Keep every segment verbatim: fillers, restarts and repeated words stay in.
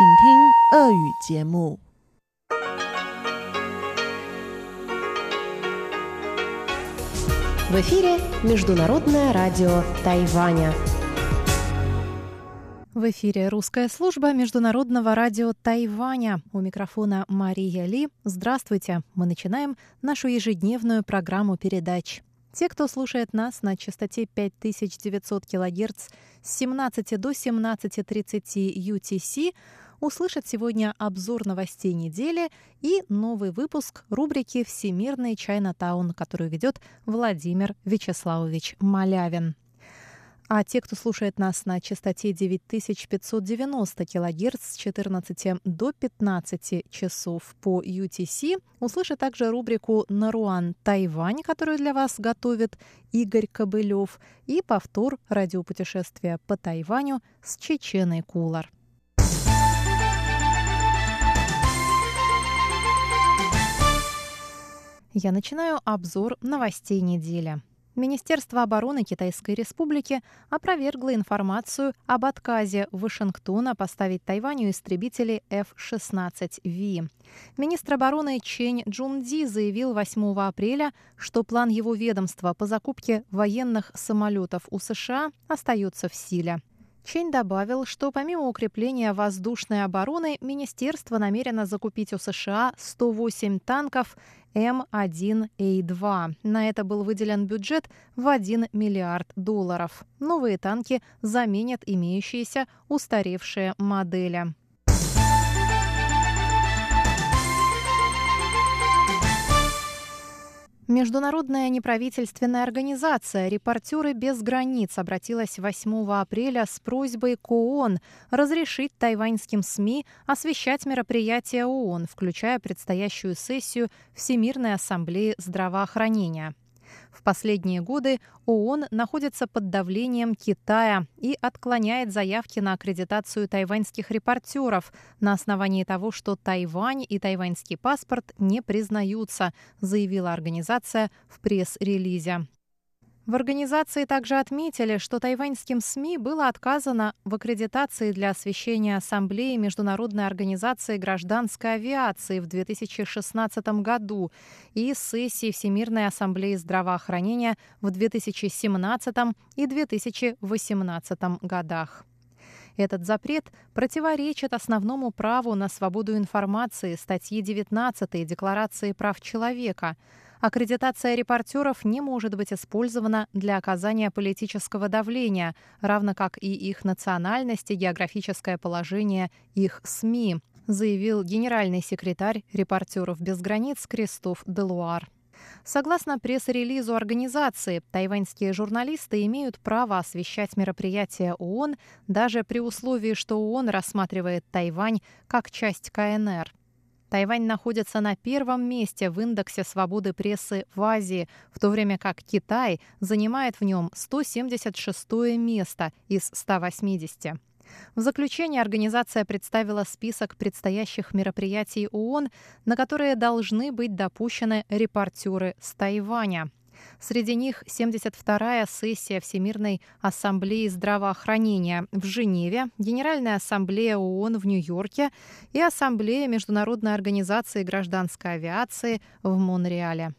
请听俄语节目。 В эфире Международное радио Тайваня. В эфире русская служба Международного радио Тайваня. У микрофона Мария Ли. Здравствуйте. Мы начинаем нашу ежедневную программу передач. Те, кто слушает нас на частоте пять тысяч девятьсот килогерц с семнадцати до семнадцати тридцати ю ти си, услышат сегодня обзор новостей недели и новый выпуск рубрики «Всемирный Чайнатаун», которую ведет Владимир Вячеславович Малявин. А те, кто слушает нас на частоте девять тысяч пятьсот девяносто килогерц с четырнадцати до пятнадцати часов по ю ти си, услышат также рубрику «Наруан Тайвань», которую для вас готовит Игорь Кобылев, и повтор радиопутешествия по Тайваню с Чеченой Кулар. Я начинаю обзор новостей недели. Министерство обороны Китайской Республики опровергло информацию об отказе Вашингтона поставить Тайваню истребители эф шестнадцать ви. Министр обороны Чэнь Джунди заявил восьмого апреля, что план его ведомства по закупке военных самолетов у США остается в силе. Чэнь добавил, что помимо укрепления воздушной обороны, министерство намерено закупить у США сто восемь танков эм один эй два. На это был выделен бюджет в один миллиард долларов. Новые танки заменят имеющиеся устаревшие модели. Международная неправительственная организация «Репортеры без границ» обратилась восьмого апреля с просьбой к ООН разрешить тайваньским СМИ освещать мероприятия ООН, включая предстоящую сессию Всемирной ассамблеи здравоохранения. В последние годы ООН находится под давлением Китая и отклоняет заявки на аккредитацию тайваньских репортеров на основании того, что Тайвань и тайваньский паспорт не признаются, заявила организация в пресс-релизе. В организации также отметили, что тайваньским СМИ было отказано в аккредитации для освещения Ассамблеи Международной организации гражданской авиации в две тысячи шестнадцатом году и сессии Всемирной ассамблеи здравоохранения в две тысячи семнадцатом и две тысячи восемнадцатом годах. Этот запрет противоречит основному праву на свободу информации статьи девятнадцатой Декларации прав человека. Аккредитация репортеров не может быть использована для оказания политического давления, равно как и их национальность и географическое положение их СМИ, заявил генеральный секретарь «Репортеров без границ» Кристоф Делуар. Согласно пресс-релизу организации, тайваньские журналисты имеют право освещать мероприятия ООН даже при условии, что ООН рассматривает Тайвань как часть ка эн эр. Тайвань находится на первом месте в индексе свободы прессы в Азии, в то время как Китай занимает в нем сто семьдесят шестое место из ста восьмидесяти. В заключение организация представила список предстоящих мероприятий ООН, на которые должны быть допущены репортеры с Тайваня. Среди них семьдесят вторая сессия Всемирной ассамблеи здравоохранения в Женеве, Генеральная ассамблея ООН в Нью-Йорке и Ассамблея Международной организации гражданской авиации в Монреале.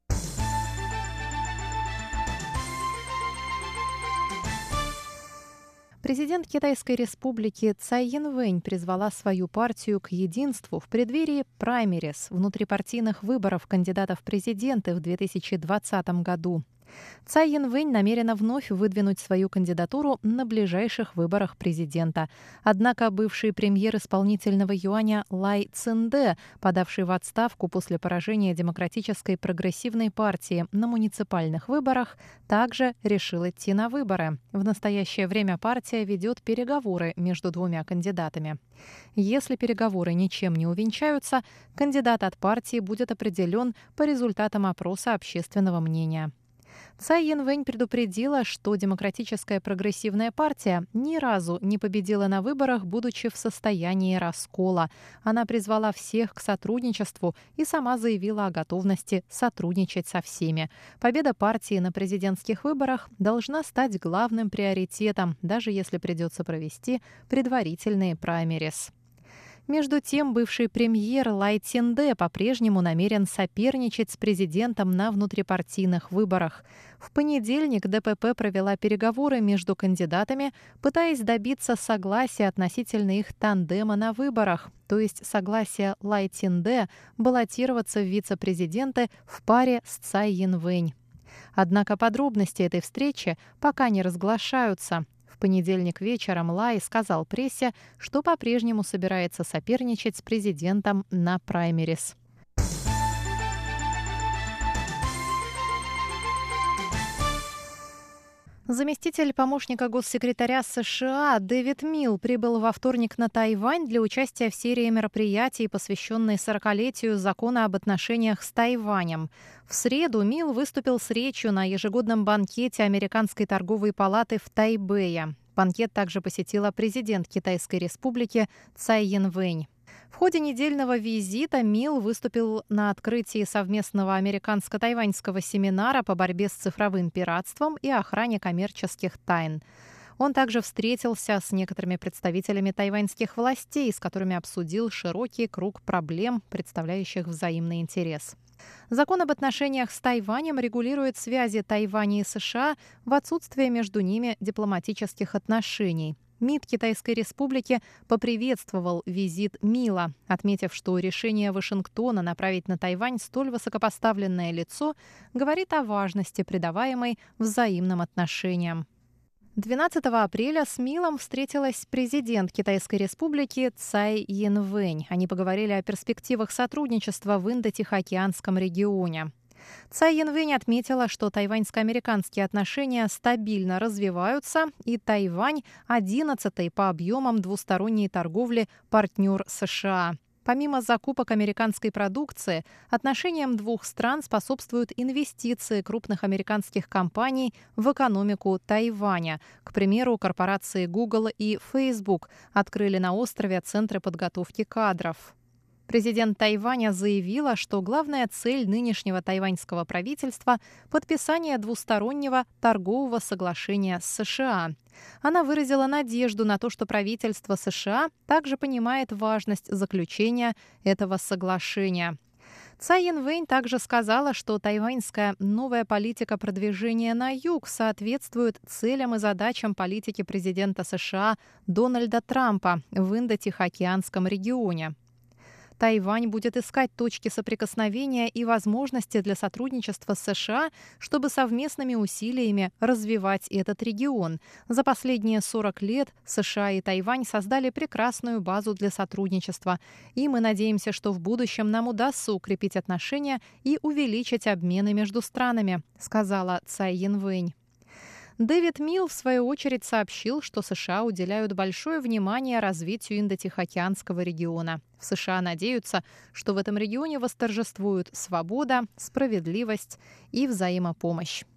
Президент Китайской Республики Цай Янвэнь призвала свою партию к единству в преддверии праймерис внутрипартийных выборов кандидатов в президенты в две тысячи двадцатом году. Цай Янвэнь намерена вновь выдвинуть свою кандидатуру на ближайших выборах президента. Однако бывший премьер исполнительного юаня Лай Цинде, подавший в отставку после поражения Демократической прогрессивной партии на муниципальных выборах, также решил идти на выборы. В настоящее время партия ведет переговоры между двумя кандидатами. Если переговоры ничем не увенчаются, кандидат от партии будет определен по результатам опроса общественного мнения. Цай Янвэнь предупредила, что Демократическая прогрессивная партия ни разу не победила на выборах, будучи в состоянии раскола. Она призвала всех к сотрудничеству и сама заявила о готовности сотрудничать со всеми. Победа партии на президентских выборах должна стать главным приоритетом, даже если придется провести предварительные праймерис. Между тем, бывший премьер Лай Цзиньде по-прежнему намерен соперничать с президентом на внутрипартийных выборах. В понедельник Дэ Пэ Пэ провела переговоры между кандидатами, пытаясь добиться согласия относительно их тандема на выборах, то есть согласия Лай Цзиньде баллотироваться в вице-президенты в паре с Цай Ин-вэнь. Однако подробности этой встречи пока не разглашаются. В понедельник вечером Лай сказал прессе, что по-прежнему собирается соперничать с президентом на праймерис. Заместитель помощника госсекретаря США Дэвид Милл прибыл во вторник на Тайвань для участия в серии мероприятий, посвященной сорокалетию закона об отношениях с Тайванем. В среду Милл выступил с речью на ежегодном банкете Американской торговой палаты в Тайбэе. Банкет также посетила президент Китайской республики Цай Ин-вэнь. В ходе недельного визита Милл выступил на открытии совместного американско-тайваньского семинара по борьбе с цифровым пиратством и охране коммерческих тайн. Он также встретился с некоторыми представителями тайваньских властей, с которыми обсудил широкий круг проблем, представляющих взаимный интерес. Закон об отношениях с Тайванем регулирует связи Тайваня и США в отсутствие между ними дипломатических отношений. МИД Китайской республики поприветствовал визит Милла, отметив, что решение Вашингтона направить на Тайвань столь высокопоставленное лицо говорит о важности, придаваемой взаимным отношениям. двенадцатого апреля с Миллом встретилась президент Китайской республики Цай Ин-вэнь. Они поговорили о перспективах сотрудничества в Индо-Тихоокеанском регионе. Цай Ин-вэнь отметила, что тайваньско-американские отношения стабильно развиваются, и Тайвань – одиннадцатый по объемам двусторонней торговли партнер США. Помимо закупок американской продукции, отношениям двух стран способствуют инвестиции крупных американских компаний в экономику Тайваня. К примеру, корпорации Google и Facebook открыли на острове центры подготовки кадров. Президент Тайваня заявила, что главная цель нынешнего тайваньского правительства – подписание двустороннего торгового соглашения с США. Она выразила надежду на то, что правительство США также понимает важность заключения этого соглашения. Цай Ин-вэнь также сказала, что тайваньская новая политика продвижения на юг соответствует целям и задачам политики президента США Дональда Трампа в Индо-Тихоокеанском регионе. Тайвань будет искать точки соприкосновения и возможности для сотрудничества с США, чтобы совместными усилиями развивать этот регион. За последние сорок лет США и Тайвань создали прекрасную базу для сотрудничества. И мы надеемся, что в будущем нам удастся укрепить отношения и увеличить обмены между странами, сказала Цай Ин-вэнь. Дэвид Милл, в свою очередь, сообщил, что США уделяют большое внимание развитию Индо-Тихоокеанского региона. В США надеются, что в этом регионе восторжествуют свобода, справедливость и взаимопомощь.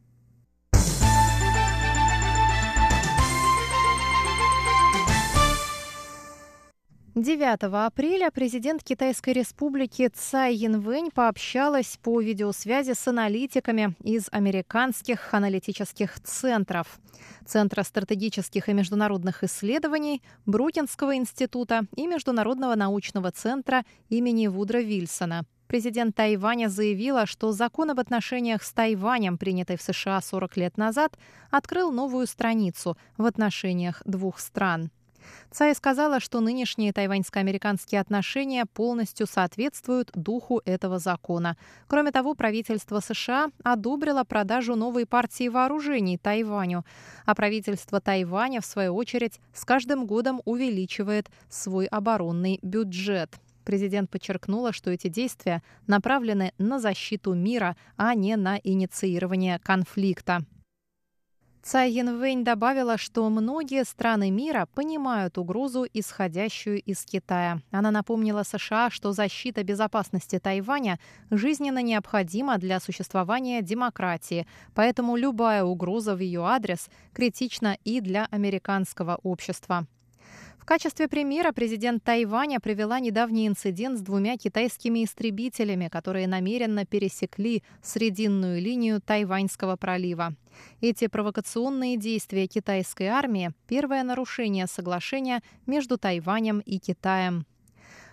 девятого апреля президент Китайской республики Цай Ин-вэнь пообщалась по видеосвязи с аналитиками из американских аналитических центров. Центра стратегических и международных исследований, Брукинского института и Международного научного центра имени Вудро Вильсона. Президент Тайваня заявила, что закон об отношениях с Тайванем, принятый в США сорок лет назад, открыл новую страницу в отношениях двух стран. Цай сказала, что нынешние тайваньско-американские отношения полностью соответствуют духу этого закона. Кроме того, правительство США одобрило продажу новой партии вооружений Тайваню, а правительство Тайваня, в свою очередь, с каждым годом увеличивает свой оборонный бюджет. Президент подчеркнула, что эти действия направлены на защиту мира, а не на инициирование конфликта. Цай Ин-вэнь добавила, что многие страны мира понимают угрозу, исходящую из Китая. Она напомнила США, что защита безопасности Тайваня жизненно необходима для существования демократии, поэтому любая угроза в ее адрес критична и для американского общества. В качестве примера президент Тайваня привела недавний инцидент с двумя китайскими истребителями, которые намеренно пересекли срединную линию Тайваньского пролива. Эти провокационные действия китайской армии – первое нарушение соглашения между Тайванем и Китаем.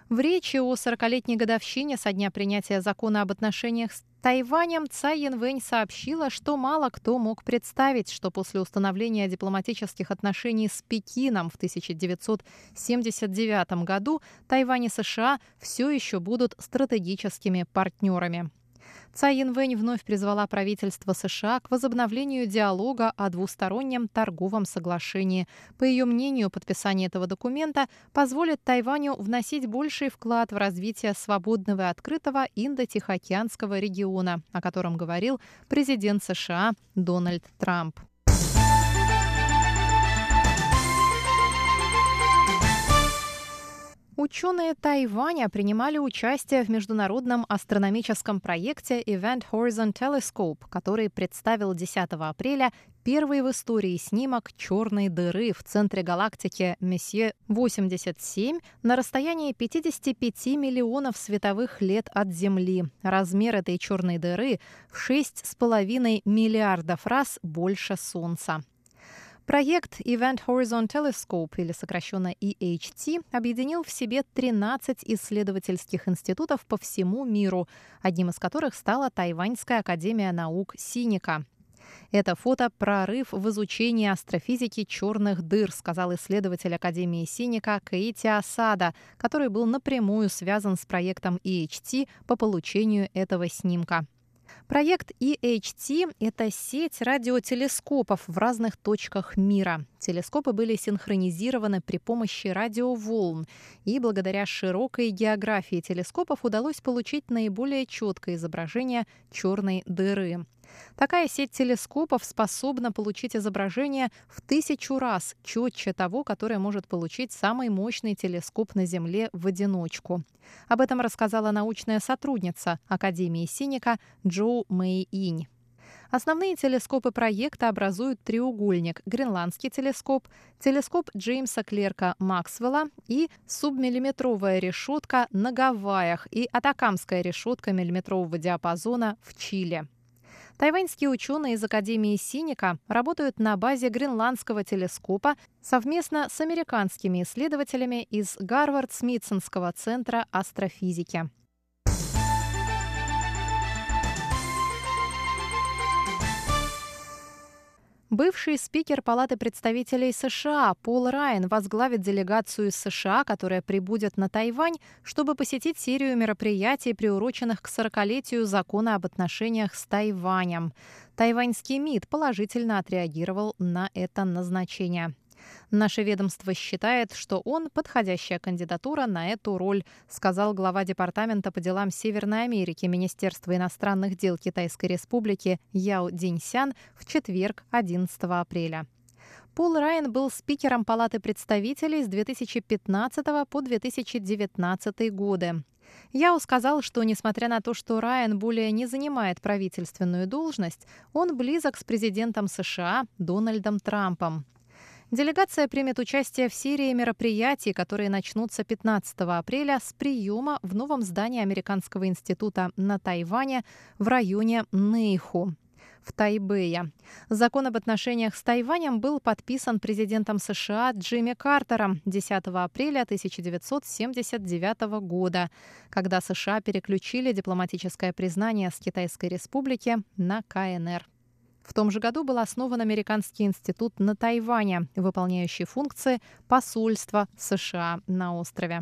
В речи о сорокалетней годовщине со дня принятия закона об отношениях с Тайванем Цай Инвэнь сообщила, что мало кто мог представить, что после установления дипломатических отношений с Пекином в тысяча девятьсот семьдесят девятом году Тайвань и США все еще будут стратегическими партнерами. Цай Инвэнь вновь призвала правительство США к возобновлению диалога о двустороннем торговом соглашении. По ее мнению, подписание этого документа позволит Тайваню вносить больший вклад в развитие свободного и открытого Индо-Тихоокеанского региона, о котором говорил президент США Дональд Трамп. Ученые Тайваня принимали участие в международном астрономическом проекте Event Horizon Telescope, который представил десятого апреля первый в истории снимок черной дыры в центре галактики Мессье восемьдесят семь на расстоянии пятидесяти пяти миллионов световых лет от Земли. Размер этой черной дыры в шесть с половиной миллиардов раз больше Солнца. Проект Event Horizon Telescope, или сокращенно и эйч ти, объединил в себе тринадцать исследовательских институтов по всему миру, одним из которых стала Тайваньская академия наук Синика. Это фото – прорыв в изучении астрофизики черных дыр, сказал исследователь Академии Синика Кэйти Асада, который был напрямую связан с проектом и эйч ти по получению этого снимка. Проект и эйч ти – это сеть радиотелескопов в разных точках мира. Телескопы были синхронизированы при помощи радиоволн, и благодаря широкой географии телескопов удалось получить наиболее четкое изображение черной дыры. Такая сеть телескопов способна получить изображение в тысячу раз четче того, которое может получить самый мощный телескоп на Земле в одиночку. Об этом рассказала научная сотрудница Академии Синика Джоу Мэй Инь. Основные телескопы проекта образуют треугольник – Гренландский телескоп, телескоп Джеймса Клерка Максвелла и субмиллиметровая решетка на Гавайях и атакамская решетка миллиметрового диапазона в Чили. Тайваньские ученые из Академии Синика работают на базе Гренландского телескопа совместно с американскими исследователями из Гарвард-Смитсонского центра астрофизики. Бывший спикер Палаты представителей США Пол Райан возглавит делегацию из США, которая прибудет на Тайвань, чтобы посетить серию мероприятий, приуроченных к сорокалетию закона об отношениях с Тайванем. Тайваньский МИД положительно отреагировал на это назначение. Наше ведомство считает, что он подходящая кандидатура на эту роль, сказал глава Департамента по делам Северной Америки Министерства иностранных дел Китайской Республики Яо Диньсян в четверг, одиннадцатого апреля. Пол Райан был спикером Палаты представителей с две тысячи пятнадцатого по две тысячи девятнадцатый годы. Яо сказал, что, несмотря на то, что Райан более не занимает правительственную должность, он близок с президентом США Дональдом Трампом. Делегация примет участие в серии мероприятий, которые начнутся пятнадцатого апреля с приема в новом здании Американского института на Тайване в районе Нэйху в Тайбэе. Закон об отношениях с Тайванем был подписан президентом США Джимми Картером десятого апреля тысяча девятьсот семьдесят девятого года, когда США переключили дипломатическое признание с Китайской Республики на ка эн эр. В том же году был основан Американский институт на Тайване, выполняющий функции посольства США на острове.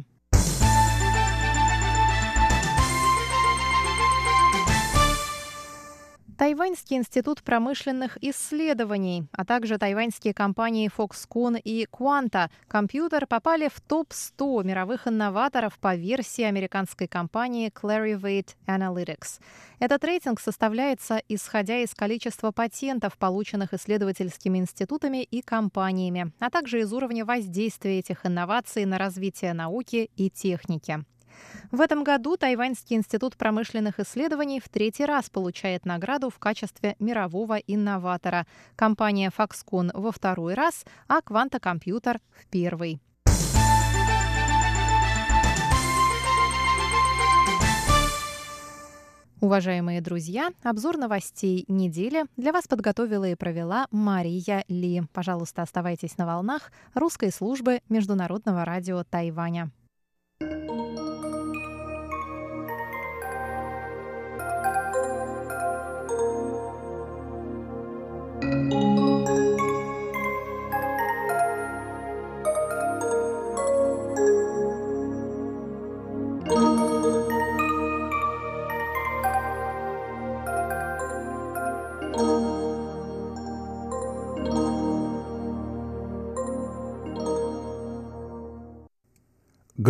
Тайваньский институт промышленных исследований, а также тайваньские компании Foxconn и Quanta Computer попали в топ сто мировых инноваторов по версии американской компании Clarivate Analytics. Этот рейтинг составляется, исходя из количества патентов, полученных исследовательскими институтами и компаниями, а также из уровня воздействия этих инноваций на развитие науки и техники. В этом году Тайваньский институт промышленных исследований в третий раз получает награду в качестве мирового инноватора. Компания Foxconn во второй раз, а Quanta Computer в первый. Уважаемые друзья, обзор новостей недели для вас подготовила и провела Мария Ли. Пожалуйста, оставайтесь на волнах русской службы Международного радио Тайваня.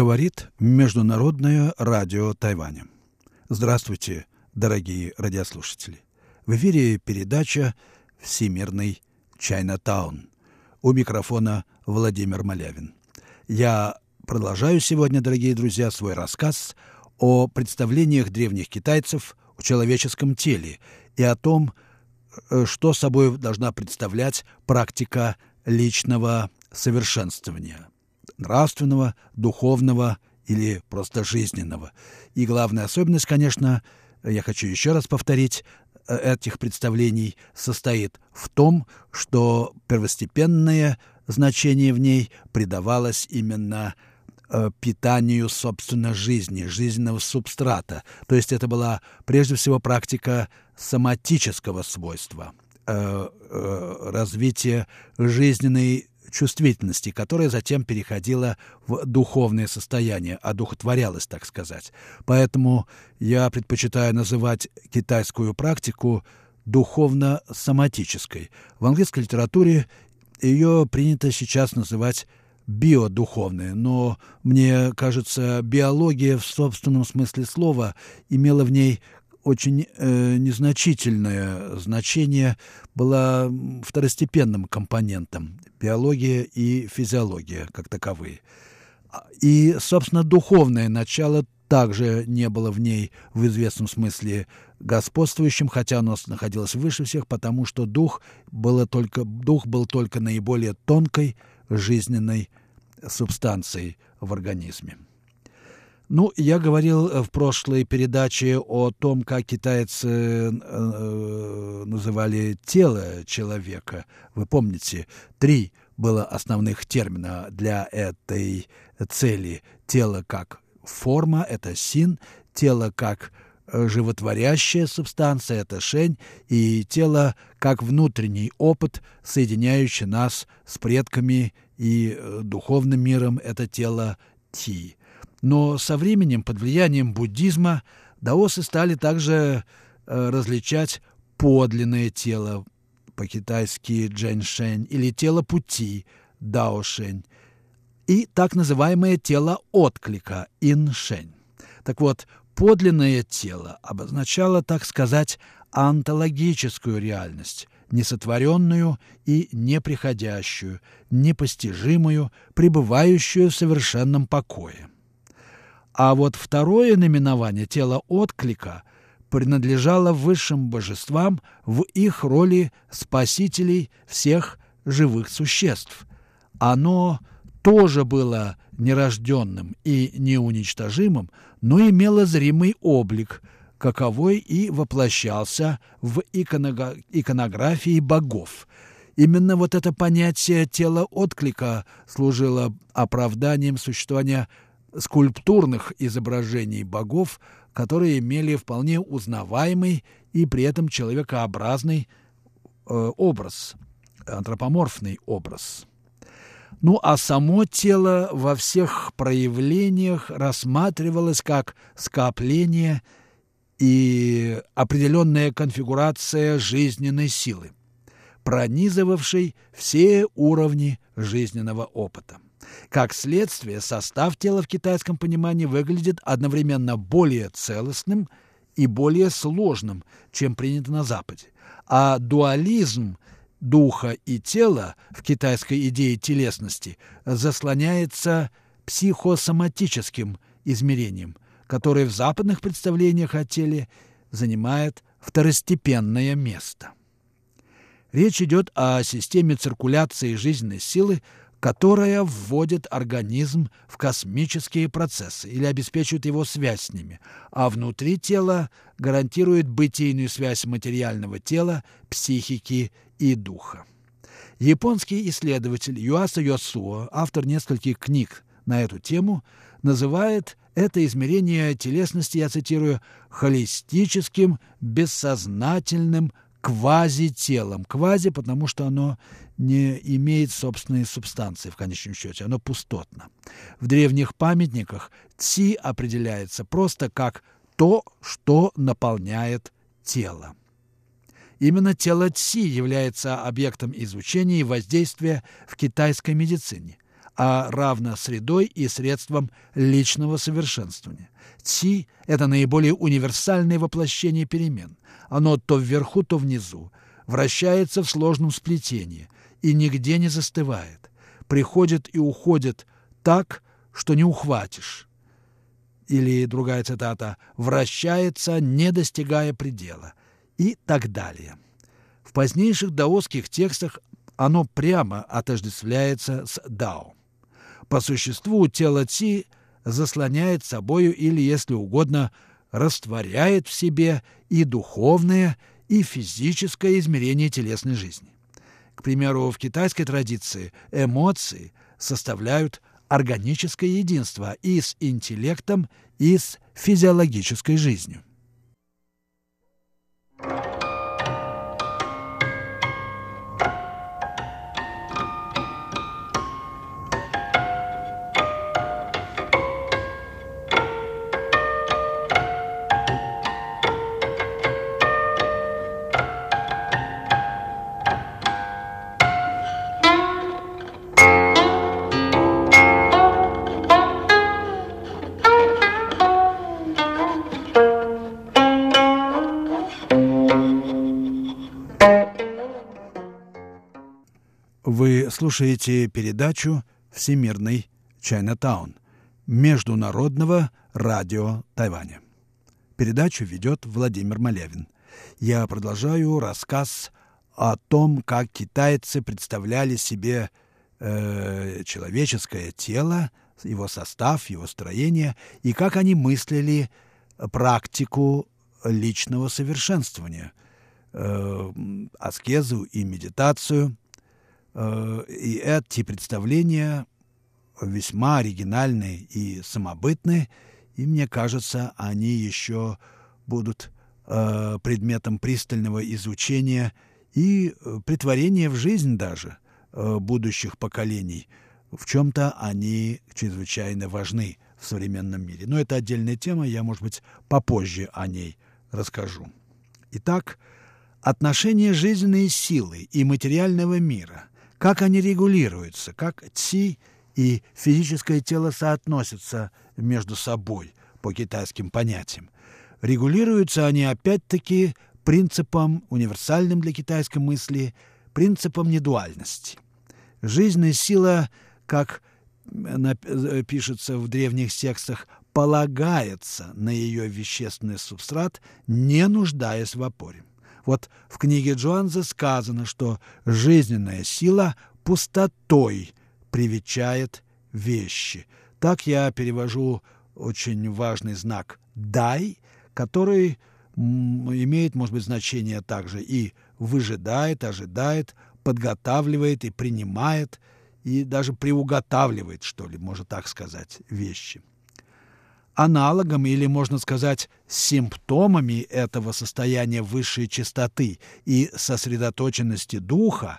Говорит Международное радио Тайваня. Здравствуйте, дорогие радиослушатели. В эфире передача «Всемирный Чайнатаун». У микрофона Владимир Малявин. Я продолжаю сегодня, дорогие друзья, свой рассказ о представлениях древних китайцев о человеческом теле и о том, что собой должна представлять практика личного совершенствования, нравственного, духовного или просто жизненного. И главная особенность, конечно, я хочу еще раз повторить, этих представлений состоит в том, что первостепенное значение в ней придавалось именно э, питанию, собственно, жизни, жизненного субстрата. То есть это была прежде всего практика соматического свойства, э, э, развития жизненной чувствительности, которая затем переходила в духовное состояние, одухотворялась, так сказать. Поэтому я предпочитаю называть китайскую практику духовно-соматической. В английской литературе ее принято сейчас называть биодуховной, но мне кажется, биология в собственном смысле слова имела в ней очень э, незначительное значение, была второстепенным компонентом биология и физиология как таковые. И, собственно, духовное начало также не было в ней в известном смысле господствующим, хотя оно находилось выше всех, потому что дух, было только, дух был только наиболее тонкой жизненной субстанцией в организме. Ну, я говорил в прошлой передаче о том, как китайцы э, называли тело человека. Вы помните, три было основных термина для этой цели. Тело как форма – это син, тело как животворящая субстанция – это шень, и тело как внутренний опыт, соединяющий нас с предками и духовным миром – это тело ти. Но со временем, под влиянием буддизма, даосы стали также э, различать подлинное тело, по-китайски джэньшэнь, или тело пути, даошэнь, и так называемое тело отклика, иншэнь. Так вот, подлинное тело обозначало, так сказать, онтологическую реальность, несотворенную и неприходящую, непостижимую, пребывающую в совершенном покое. А вот второе наименование, тело отклика, принадлежало высшим божествам в их роли спасителей всех живых существ. Оно тоже было нерожденным и неуничтожимым, но имело зримый облик, каковой и воплощался в иконографии богов. Именно вот это понятие тела отклика служило оправданием существования скульптурных изображений богов, которые имели вполне узнаваемый и при этом человекообразный э, образ, антропоморфный образ. Ну а само тело во всех проявлениях рассматривалось как скопление и определенная конфигурация жизненной силы, пронизывавшей все уровни жизненного опыта. Как следствие, состав тела в китайском понимании выглядит одновременно более целостным и более сложным, чем принято на Западе. А дуализм духа и тела в китайской идее телесности заслоняется психосоматическим измерением, которое в западных представлениях о теле занимает второстепенное место. Речь идет о системе циркуляции жизненной силы, которая вводит организм в космические процессы или обеспечивает его связь с ними, а внутри тела гарантирует бытийную связь материального тела, психики и духа. Японский исследователь Юаса Йосуо, автор нескольких книг на эту тему, называет это измерение телесности, я цитирую, холистическим, бессознательным квазителом. Квази, потому что оно не имеет собственной субстанции в конечном счете, оно пустотно. В древних памятниках ци определяется просто как то, что наполняет тело. Именно тело ци является объектом изучения и воздействия в китайской медицине. а равно средой и средством личного совершенствования. Ци – это наиболее универсальное воплощение перемен. Оно то вверху, то внизу, вращается в сложном сплетении и нигде не застывает, приходит и уходит так, что не ухватишь. Или другая цитата: «вращается, не достигая предела», и так далее. В позднейших даосских текстах оно прямо отождествляется с дао. По существу тело Ци заслоняет собою или, если угодно, растворяет в себе и духовное, и физическое измерение телесной жизни. К примеру, в китайской традиции эмоции составляют органическое единство и с интеллектом, и с физиологической жизнью. Вы слушаете передачу «Всемирный Чайнатаун» Международного радио Тайваня. Передачу ведет Владимир Малявин. Я продолжаю рассказ о том, как китайцы представляли себе э, человеческое тело, его состав, его строение, и как они мыслили практику личного совершенствования, э, аскезу и медитацию. И эти представления весьма оригинальны и самобытны, и, мне кажется, они еще будут э, предметом пристального изучения и претворения в жизнь даже э, будущих поколений. В чем-то они чрезвычайно важны в современном мире. Но это отдельная тема, я, может быть, попозже о ней расскажу. Итак, отношения жизненной силы и материального мира – как они регулируются, как ци и физическое тело соотносятся между собой по китайским понятиям. Регулируются они опять-таки принципом, универсальным для китайской мысли, принципом недуальности. Жизненная сила, как пишется в древних текстах, полагается на ее вещественный субстрат, не нуждаясь в опоре. Вот в книге Джуанзе сказано, что жизненная сила пустотой привечает вещи. Так я перевожу очень важный знак «дай», который имеет, может быть, значение также и выжидает, ожидает, подготавливает и принимает, и даже приуготавливает, что ли, можно так сказать, вещи. Аналогом, или, можно сказать, симптомами этого состояния высшей чистоты и сосредоточенности духа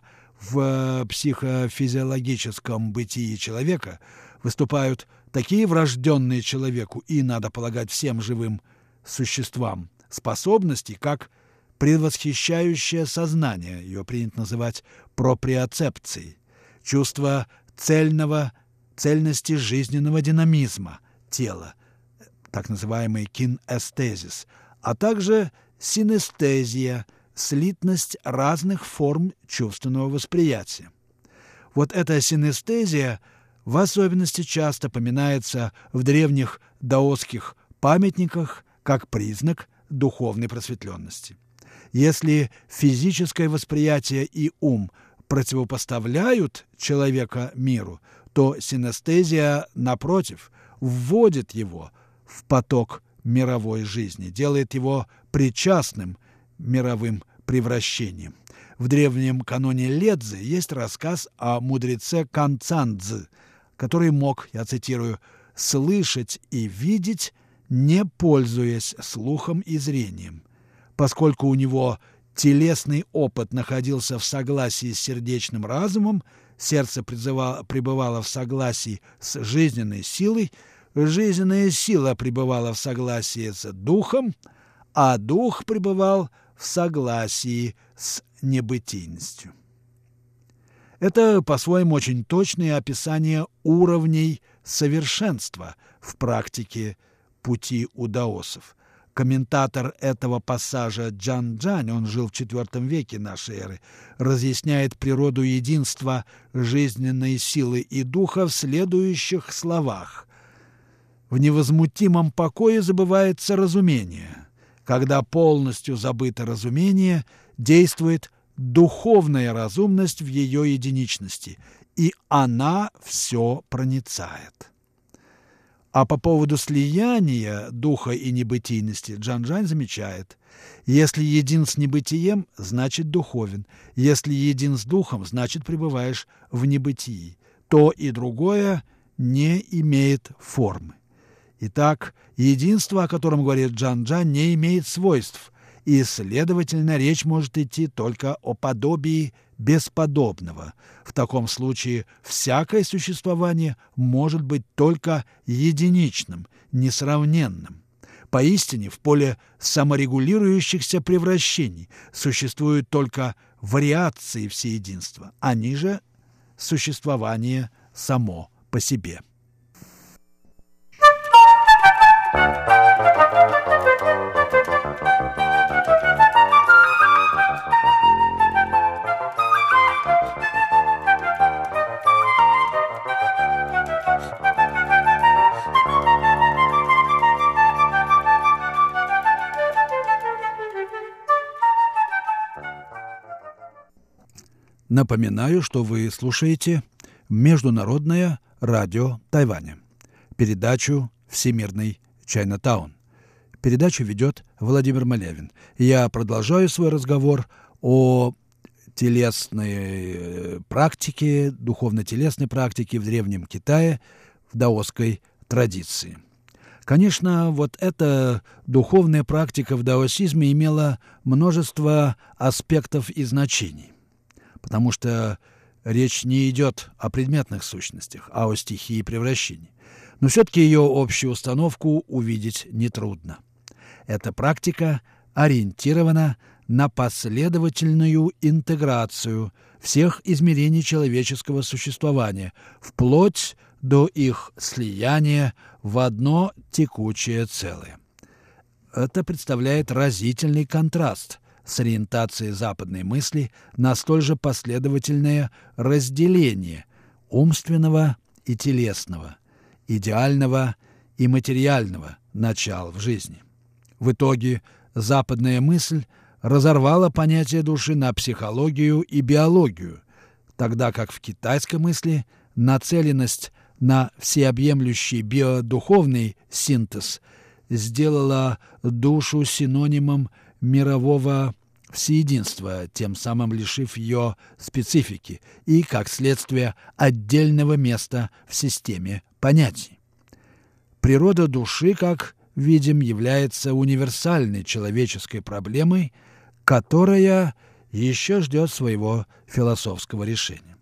в психофизиологическом бытии человека выступают такие врожденные человеку и, надо полагать, всем живым существам способности, как предвосхищающее сознание, ее принято называть проприоцепцией, чувство цельного, цельности жизненного динамизма тела, так называемый кинестезис, а также синестезия, слитность разных форм чувственного восприятия. Вот эта синестезия в особенности часто поминается в древних даосских памятниках как признак духовной просветленности. Если физическое восприятие и ум противопоставляют человека миру, то синестезия, напротив, вводит его в поток мировой жизни, делает его причастным мировым превращением. В древнем каноне Ледзи есть рассказ о мудреце Канцандзи, который мог, я цитирую, «слышать и видеть, не пользуясь слухом и зрением, поскольку у него телесный опыт находился в согласии с сердечным разумом, сердце пребывало в согласии с жизненной силой, жизненная сила пребывала в согласии с духом, а дух пребывал в согласии с небытийностью». Это, по-своему, очень точное описание уровней совершенства в практике пути у даосов. Комментатор этого пассажа Джан Джань, он жил в четвёртом веке нашей эры, разъясняет природу единства жизненной силы и духа в следующих словах. «В невозмутимом покое забывается разумение. Когда полностью забыто разумение, действует духовная разумность в ее единичности, и она все проницает». А по поводу слияния духа и небытийности Джан-Джань замечает: если един с небытием, значит духовен, если един с духом, значит пребываешь в небытии. То и другое не имеет формы. Итак, единство, о котором говорит Джан-Джань, не имеет свойств, и, следовательно, речь может идти только о подобии бесподобного. В таком случае всякое существование может быть только единичным, несравненным. Поистине, в поле саморегулирующихся превращений существуют только вариации всеединства, они же существование само по себе. Напоминаю, что вы слушаете Международное радио Тайваня, передачу «Всемирный Чайнатаун». Передачу ведет Владимир Малявин. Я продолжаю свой разговор о телесной практике, духовно-телесной практике в Древнем Китае в даосской традиции. Конечно, вот эта духовная практика в даосизме имела множество аспектов и значений, потому что речь не идет о предметных сущностях, а о стихии превращений. Но все-таки ее общую установку увидеть нетрудно. Эта практика ориентирована на последовательную интеграцию всех измерений человеческого существования, вплоть до их слияния в одно текучее целое. Это представляет разительный контраст с ориентацией западной мысли на столь же последовательное разделение умственного и телесного, идеального и материального начал в жизни. В итоге западная мысль разорвала понятие души на психологию и биологию, тогда как в китайской мысли нацеленность на всеобъемлющий биодуховный синтез сделала душу синонимом мирового всеединства, тем самым лишив ее специфики и, как следствие, отдельного места в системе понятий. Природа души, как видим, является универсальной человеческой проблемой, которая еще ждет своего философского решения.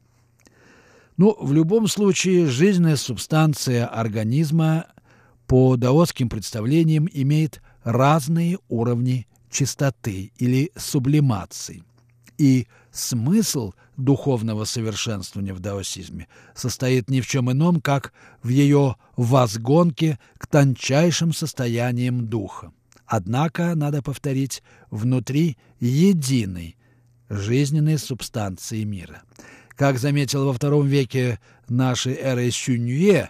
Ну, в любом случае, жизненная субстанция организма по даосским представлениям имеет разные уровни чистоты или сублимации. И смысл духовного совершенствования в даосизме состоит ни в чем ином, как в ее возгонке к тончайшим состояниям духа. Однако, надо повторить, внутри единой жизненной субстанции мира. Как заметил во втором веке нашей эры Сюнье,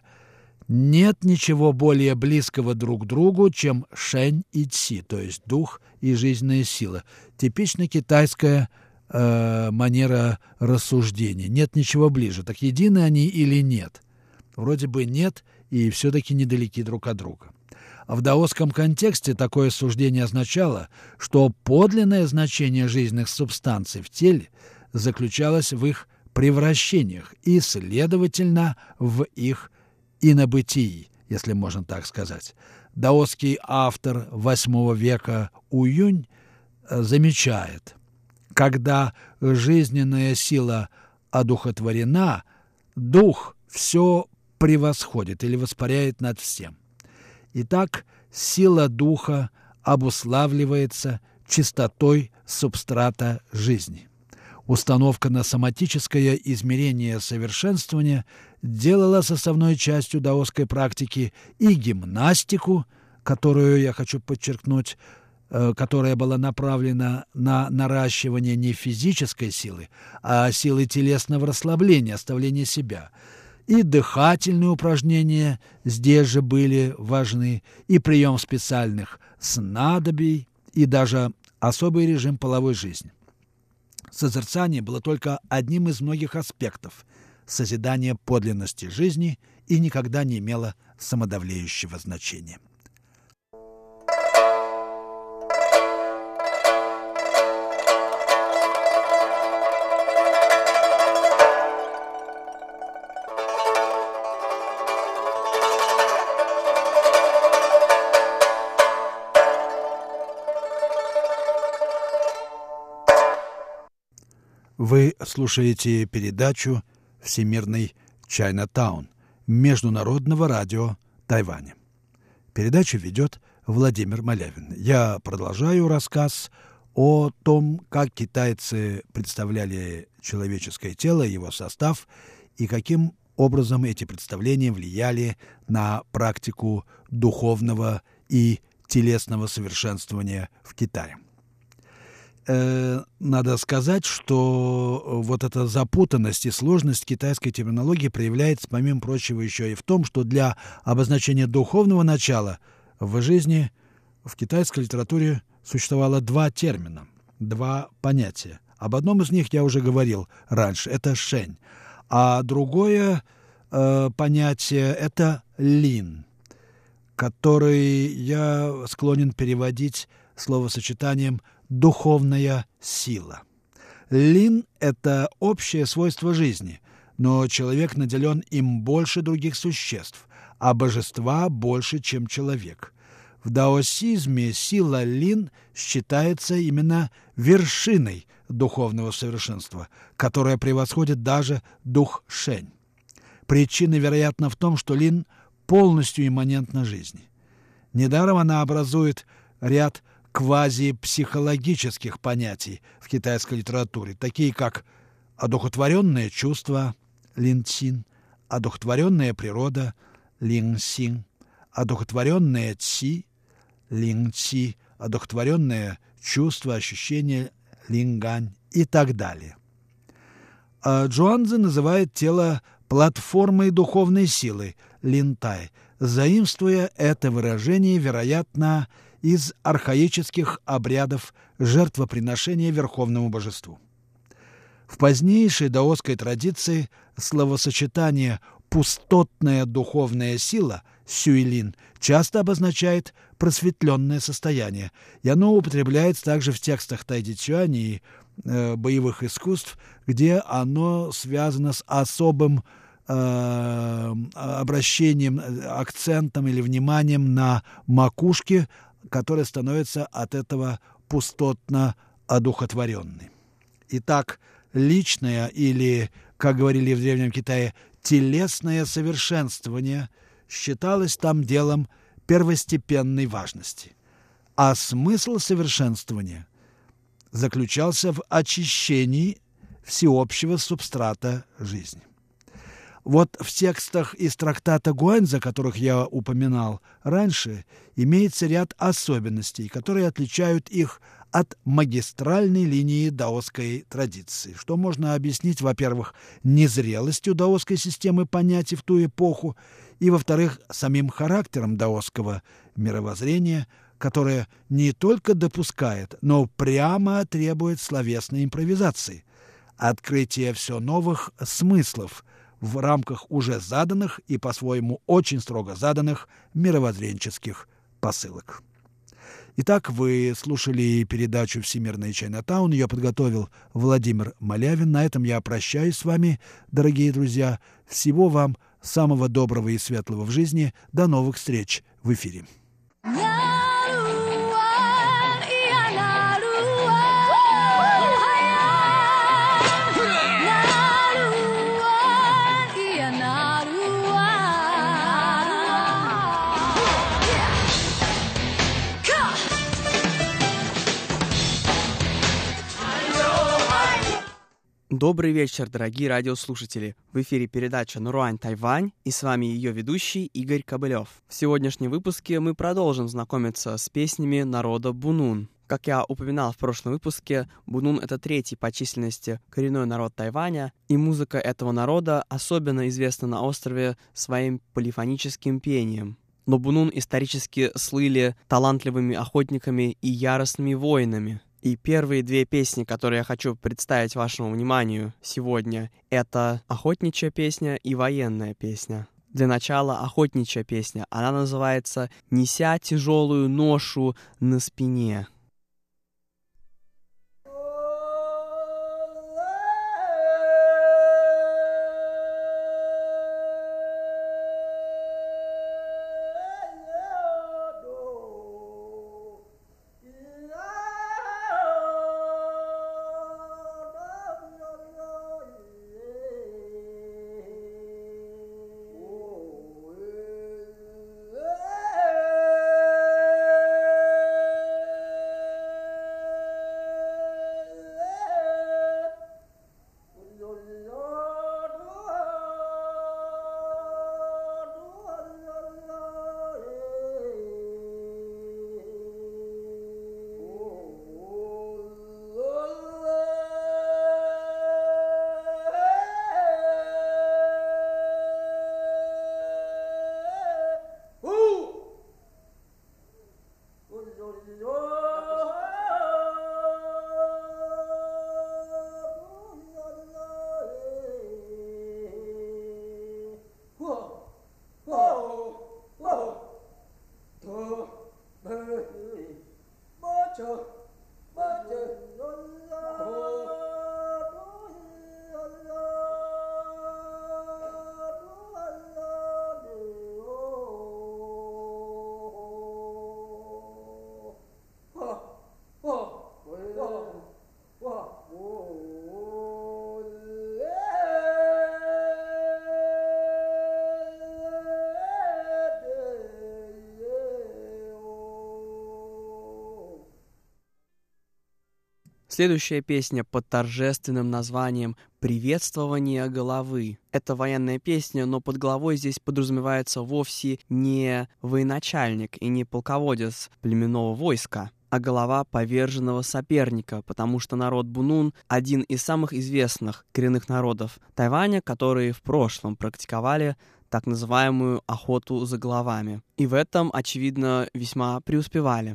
нет ничего более близкого друг к другу, чем шэнь и ци, то есть дух и жизненная сила. Типично китайская э, манера рассуждения. Нет ничего ближе. Так едины они или нет? Вроде бы нет, и все-таки недалеки друг от друга. А в даосском контексте такое суждение означало, что подлинное значение жизненных субстанций в теле заключалось в их превращениях и, следовательно, в их инобытии, если можно так сказать. Даосский автор восьмого века Уюнь замечает: когда жизненная сила одухотворена, дух все превосходит или воспаряет над всем. Итак, сила духа обуславливается чистотой субстрата жизни. Установка на соматическое измерение совершенствования делала составной частью даосской практики и гимнастику, которую, я хочу подчеркнуть, которая была направлена на наращивание не физической силы, а силы телесного расслабления, оставления себя. И дыхательные упражнения здесь же были важны, и прием специальных снадобий, и даже особый режим половой жизни. Созерцание было только одним из многих аспектов созидания подлинности жизни и никогда не имело самодовлеющего значения. Вы слушаете передачу «Всемирный Чайнатаун» Международного радио Тайваня. Передачу ведет Владимир Малявин. Я продолжаю рассказ о том, как китайцы представляли человеческое тело, его состав, и каким образом эти представления влияли на практику духовного и телесного совершенствования в Китае. Надо сказать, что вот эта запутанность и сложность китайской терминологии проявляется, помимо прочего, еще и в том, что для обозначения духовного начала в жизни в китайской литературе существовало два термина, два понятия. Об одном из них я уже говорил раньше, это шэнь, а другое э, понятие – это лин, который я склонен переводить словосочетанием «духовная сила». Лин – это общее свойство жизни, но человек наделен им больше других существ, а божества больше, чем человек. В даосизме сила лин считается именно вершиной духовного совершенства, которая превосходит даже дух шэнь. Причина, вероятно, в том, что лин полностью имманентна жизни. Недаром она образует ряд квазипсихологических понятий в китайской литературе, такие как одухотворенное чувство лин-цин, одухотворенная природа лин-син, одухотворенное ци лин-ци, одухотворенное чувство, ощущение лин-гань и так далее. А Джуанцзи называет тело платформой духовной силы лин-тай, заимствуя это выражение, вероятно, из архаических обрядов жертвоприношения верховному божеству. В позднейшей даосской традиции словосочетание «пустотная духовная сила» сюйлин часто обозначает просветленное состояние, и оно употребляется также в текстах тайди-цюань и э, боевых искусств, где оно связано с особым э, обращением, акцентом или вниманием на макушке, которая становится от этого пустотно одухотворенной. Итак, личное или, как говорили в Древнем Китае, телесное совершенствование считалось там делом первостепенной важности, а смысл совершенствования заключался в очищении всеобщего субстрата жизни. Вот в текстах из трактата Гуаньцзи, которых я упоминал раньше, имеется ряд особенностей, которые отличают их от магистральной линии даосской традиции, что можно объяснить, во-первых, незрелостью даосской системы понятий в ту эпоху, и, во-вторых, самим характером даосского мировоззрения, которое не только допускает, но прямо требует словесной импровизации, открытия все новых смыслов в рамках уже заданных и по-своему очень строго заданных мировоззренческих посылок. Итак, вы слушали передачу «Всемирный Чайнатаун». Ее подготовил Владимир Малявин. На этом я прощаюсь с вами, дорогие друзья. Всего вам самого доброго и светлого в жизни. До новых встреч в эфире. Добрый вечер, дорогие радиослушатели! В эфире передача «Наруань Тайвань» и с вами ее ведущий Игорь Кобылев. В сегодняшнем выпуске мы продолжим знакомиться с песнями народа Бунун. Как я упоминал в прошлом выпуске, Бунун — это третий по численности коренной народ Тайваня, и музыка этого народа особенно известна на острове своим полифоническим пением. Но Бунун исторически слыли талантливыми охотниками и яростными воинами. И первые две песни, которые я хочу представить вашему вниманию сегодня, это охотничья песня и военная песня. Для начала охотничья песня. Она называется «Неся тяжелую ношу на спине». Следующая песня под торжественным названием «Приветствование головы». Это военная песня, но под головой здесь подразумевается вовсе не военачальник и не полководец племенного войска, а голова поверженного соперника, потому что народ Бунун — один из самых известных коренных народов Тайваня, которые в прошлом практиковали так называемую охоту за головами. И в этом, очевидно, весьма преуспевали.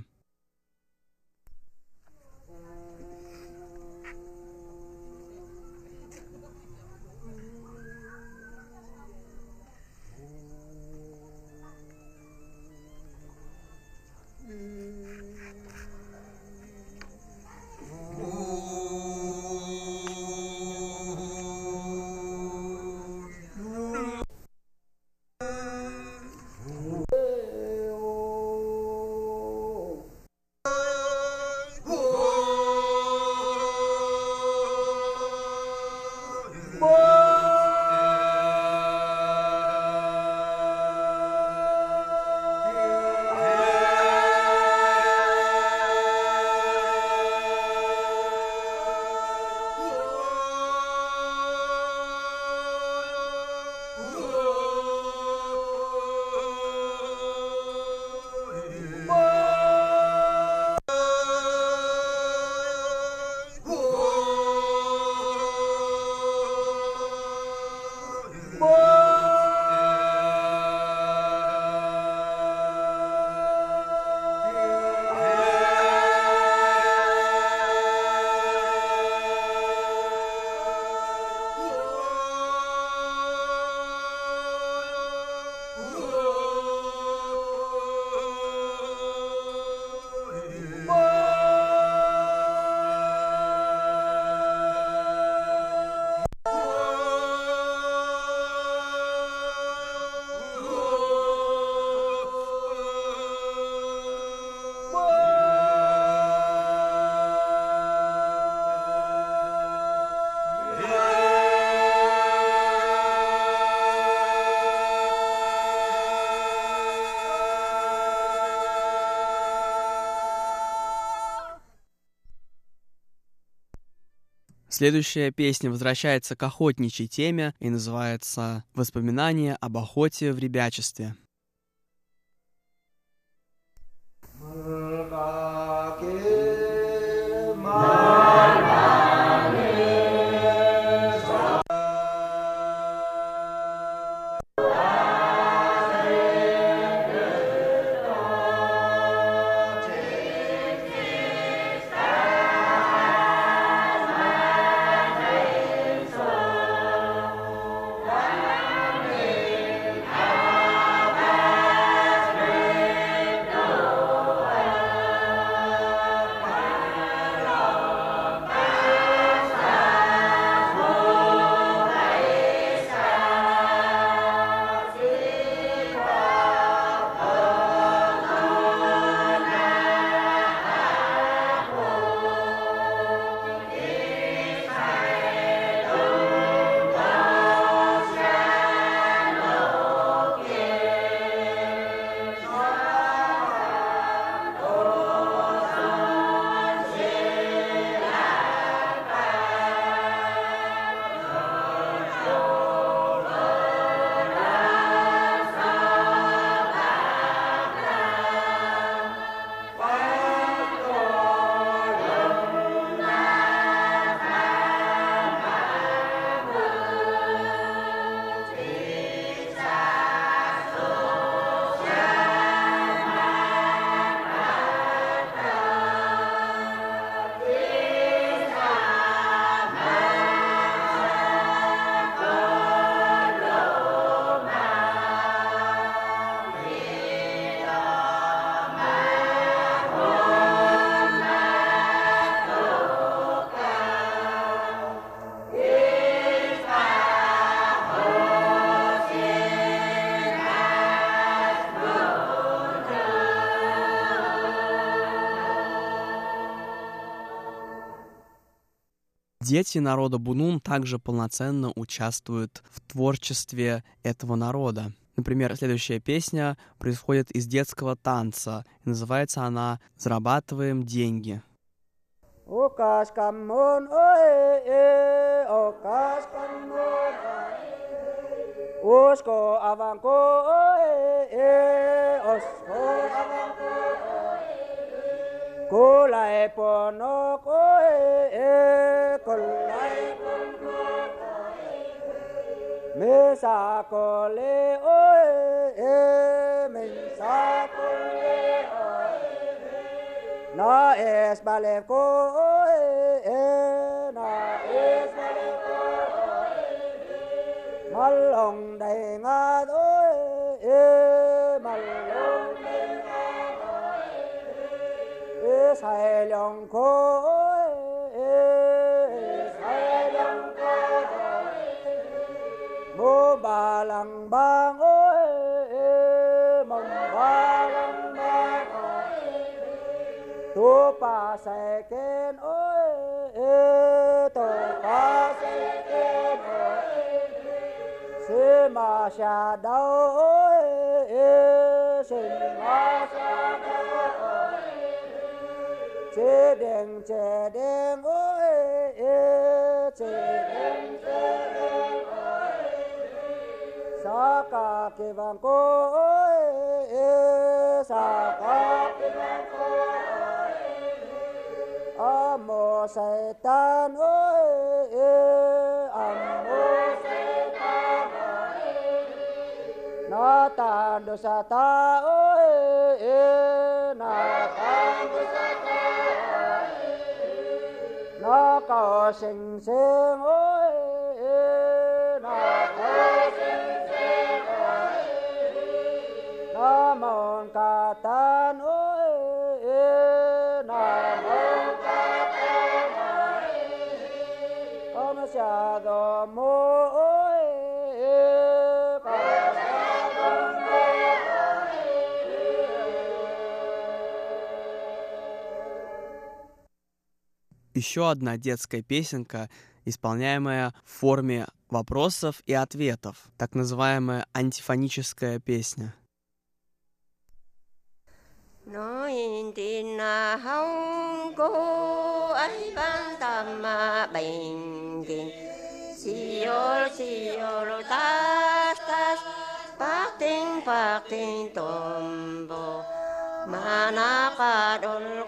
Следующая песня возвращается к охотничьей теме и называется «Воспоминания об охоте в ребячестве». Дети народа Бунун также полноценно участвуют в творчестве этого народа. Например, следующая песня происходит из детского танца. И называется она «Зарабатываем деньги». Kulai pono koe e kulai pono koe mesa kole oe e mensa kole oe na es bale koe e na es bale koe malong dai nga oe e malong dai sai long ko sai long ko mo ba lang bang mong ba lang bang tu pa sai ken tu pa sai ken se ma sha dao se ma sha dao chế đèn chế đèn ôi chế đèn chế đèn ôi sa ca kỳ vàng cô ôi sa ca kỳ vàng cô ôi a mô say tan ôi a mô say tan ôi na tan do sa ta ôi na tan do sa ta nó có sinh sinh ôi nó có sinh sinh ôi nó mòn cả tan ôi nó mòn cả tan ôi có mà xa đồ mô ôi có xa đồ mô Еще одна детская песенка, исполняемая в форме вопросов и ответов, так называемая антифоническая песня. Nói tin na hông cô bảy ban tam ma bình định siol siol tas tas pakting pakting tombo manakadol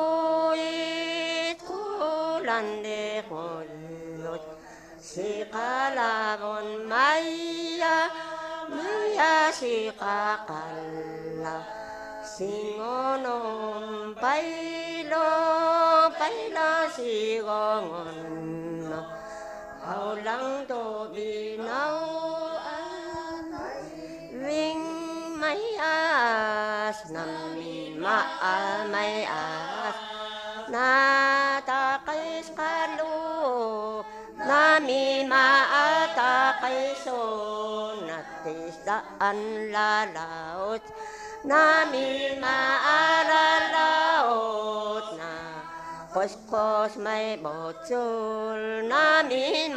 kuit kulande kulot si kalabon maya maya si kakala singonom pailo pailo si gongon haulang to binaw wing may as nami maa may as natakais kalu nami maatakay so natis daan lalaot nami maaralaot na kuskos may botsul nami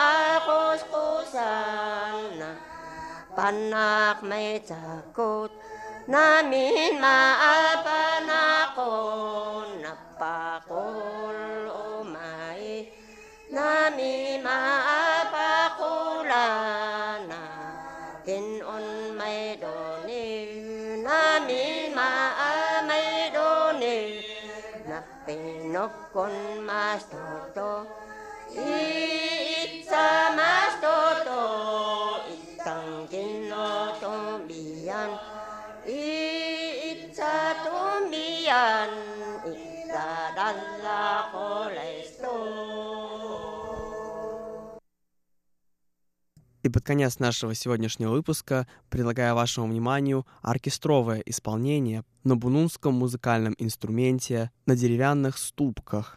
maakuskusan na panak may takot namin maapanakon napakol umay namin maapakulan na tinon may donil namin maamay donil na pinokon mas toto itsa mas toto itang tinotombiyan itsa tumbiyan itsa dalla kolesto. И под конец нашего сегодняшнего выпуска предлагаю вашему вниманию оркестровое исполнение на бунунском музыкальном инструменте на деревянных ступках.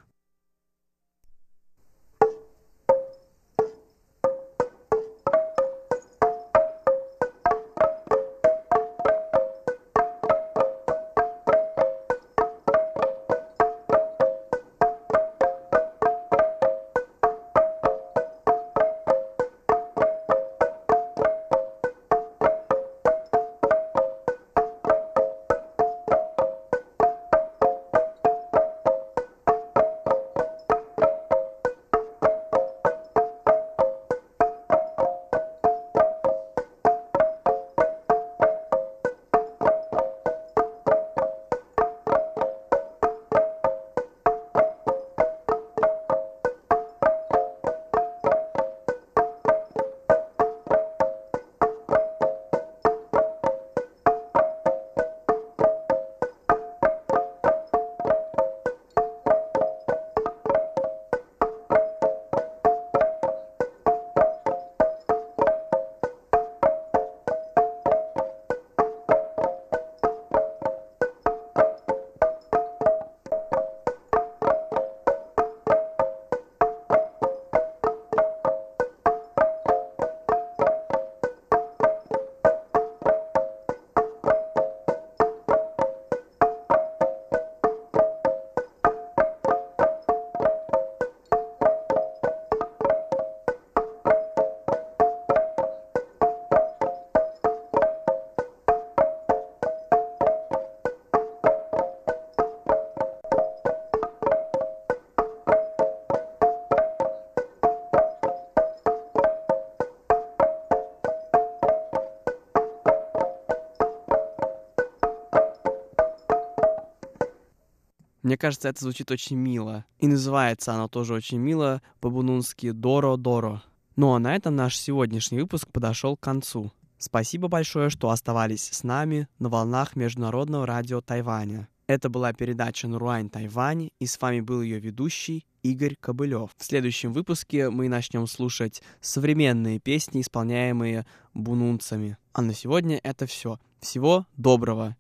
Мне кажется, это звучит очень мило. И называется оно тоже очень мило, по-бунунски «Доро-доро». Ну а на этом наш сегодняшний выпуск подошел к концу. Спасибо большое, что оставались с нами на волнах Международного радио Тайваня. Это была передача «Наруань Тайвань», и с вами был ее ведущий Игорь Кобылев. В следующем выпуске мы начнем слушать современные песни, исполняемые бунунцами. А на сегодня это все. Всего доброго!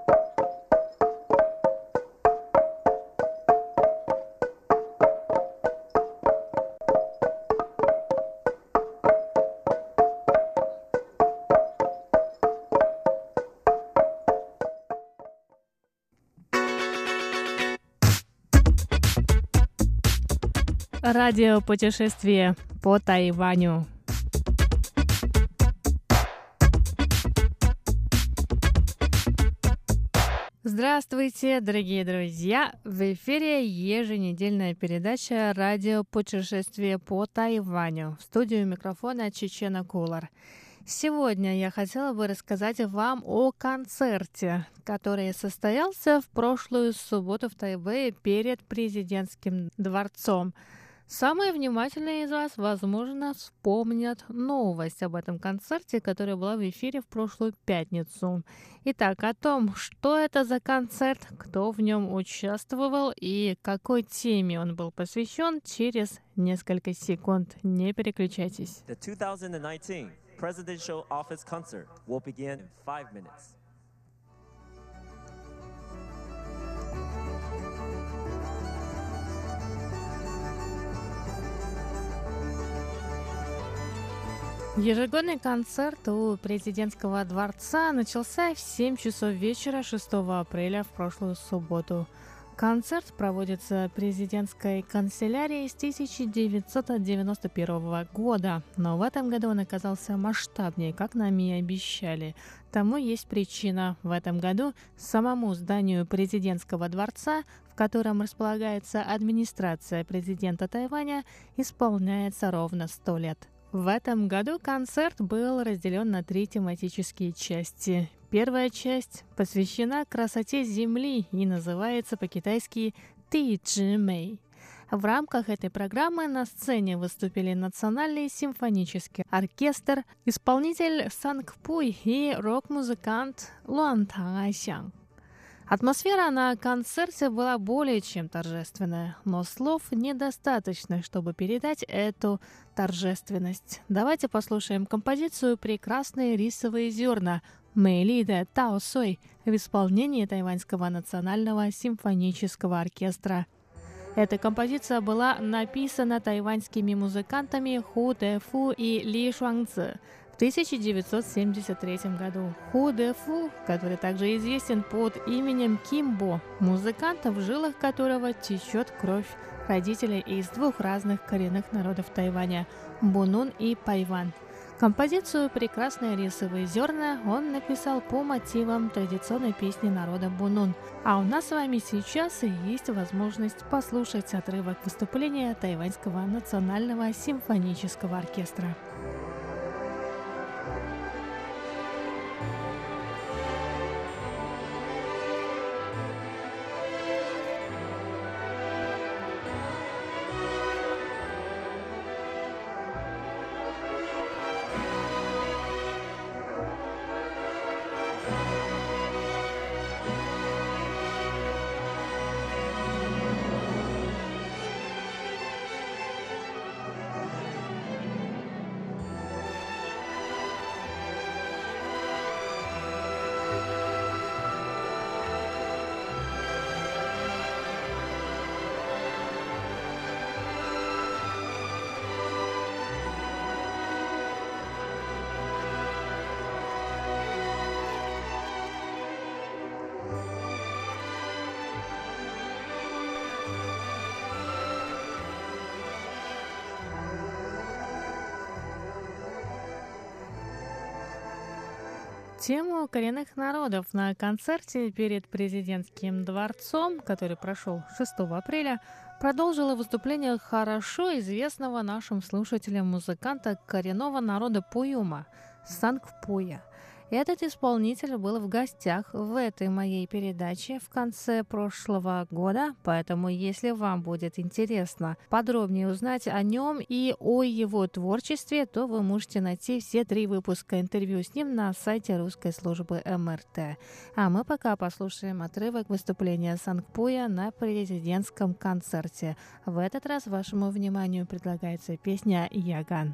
Радиопутешествие по Тайваню. Здравствуйте, дорогие друзья! В эфире еженедельная передача «Радио путешествие по Тайваню». В студию микрофона Чечена Кулар. Сегодня я хотела бы рассказать вам о концерте, который состоялся в прошлую субботу в Тайбэе перед президентским дворцом. Самые внимательные из вас, возможно, вспомнят новость об этом концерте, которая была в эфире в прошлую пятницу. Итак, о том, что это за концерт, кто в нем участвовал и какой теме он был посвящен, через несколько секунд. Не переключайтесь. The two thousand nineteen Presidential Office Concert will begin in five minutes. Ежегодный концерт у президентского дворца начался в семь часов вечера шестого апреля в прошлую субботу. Концерт проводится президентской канцелярией с тысяча девятьсот девяносто первого года, но в этом году он оказался масштабнее, как нам и обещали. Тому есть причина. В этом году самому зданию президентского дворца, в котором располагается администрация президента Тайваня, исполняется ровно сто лет. В этом году концерт был разделен на три тематические части. Первая часть посвящена красоте Земли и называется по-китайски «Ти Чжи Мэй». В рамках этой программы на сцене выступили Национальный симфонический оркестр, исполнитель Санг Пуй и рок-музыкант Луан Таңайсян. Атмосфера на концерте была более чем торжественная, но слов недостаточно, чтобы передать эту торжественность. Давайте послушаем композицию «Прекрасные рисовые зерна» Мэйли де Тао Сой в исполнении Тайваньского национального симфонического оркестра. Эта композиция была написана тайваньскими музыкантами Ху Дэ Фу и Ли Шуанцзы в тысяча девятьсот семьдесят третьем году. Ху Дэ Фу, который также известен под именем Кимбо, музыкант, в жилах которого течет кровь родителей из двух разных коренных народов Тайваня – Бунун и Пайван. Композицию «Прекрасные рисовые зерна» он написал по мотивам традиционной песни народа Бунун. А у нас с вами сейчас есть возможность послушать отрывок выступления Тайваньского национального симфонического оркестра. Тему коренных народов на концерте перед президентским дворцом, который прошел шестого апреля, продолжило выступление хорошо известного нашим слушателям музыканта коренного народа Пуюма Санг Пуя. Этот исполнитель был в гостях в этой моей передаче в конце прошлого года, поэтому если вам будет интересно подробнее узнать о нем и о его творчестве, то вы можете найти все три выпуска интервью с ним на сайте русской службы эм эр тэ. А мы пока послушаем отрывок выступления Санг Пуя на президентском концерте. В этот раз вашему вниманию предлагается песня «Яган».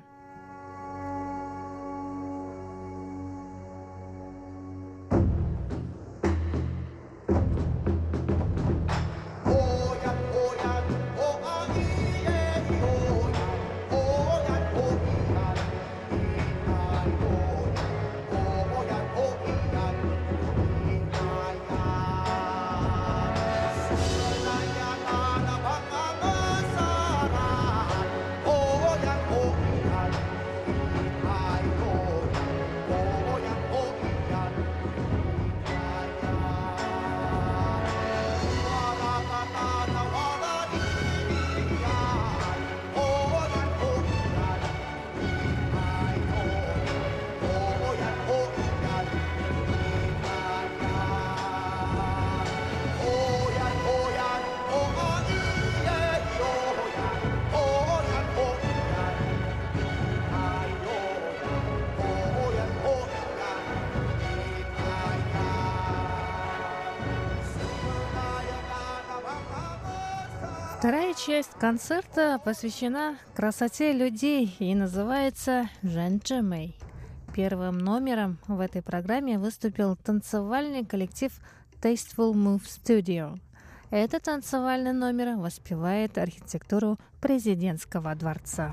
Oh, Вторая часть концерта посвящена красоте людей и называется «Женчжэмэй». Первым номером в этой программе выступил танцевальный коллектив Tasteful Move Studio. Этот танцевальный номер воспевает архитектуру президентского дворца.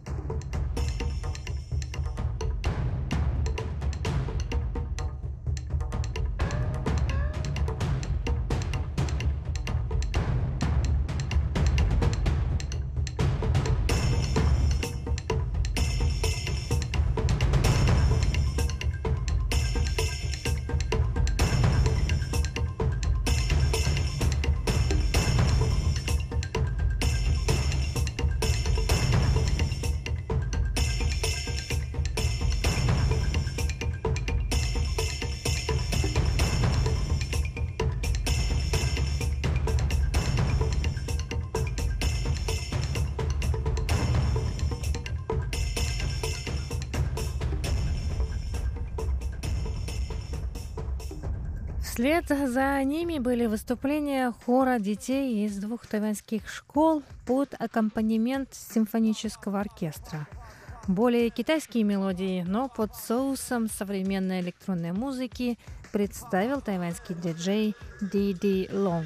Вслед за ними были выступления хора детей из двух тайваньских школ под аккомпанемент симфонического оркестра. Более китайские мелодии, но под соусом современной электронной музыки представил тайваньский диджей Ди Ди Лонг.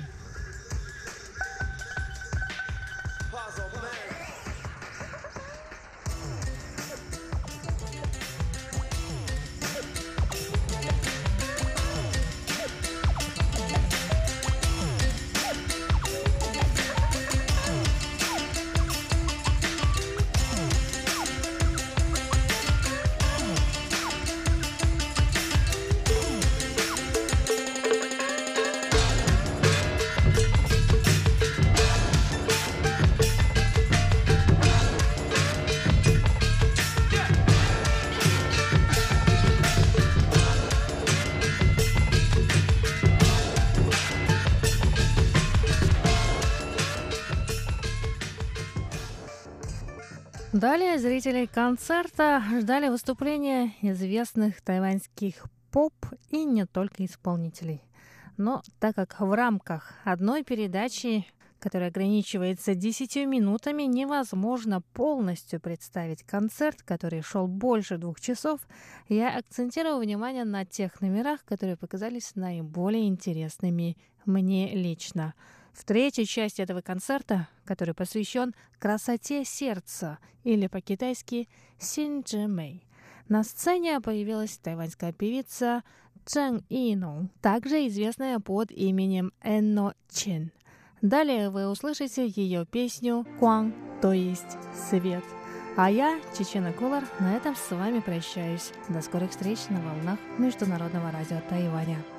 Далее зрители концерта ждали выступления известных тайваньских поп и не только исполнителей. Но так как в рамках одной передачи, которая ограничивается десятью минутами, невозможно полностью представить концерт, который шел больше двух часов, я акцентирую внимание на тех номерах, которые показались наиболее интересными мне лично. В третьей части этого концерта, который посвящен красоте сердца, или по-китайски «Синчжэмэй», на сцене появилась тайваньская певица Чжэн Инон, также известная под именем Энно Чен. Далее вы услышите ее песню «Куан», то есть «Свет». А я, Чечена Кулар, на этом с вами прощаюсь. До скорых встреч на волнах Международного радио Тайваня.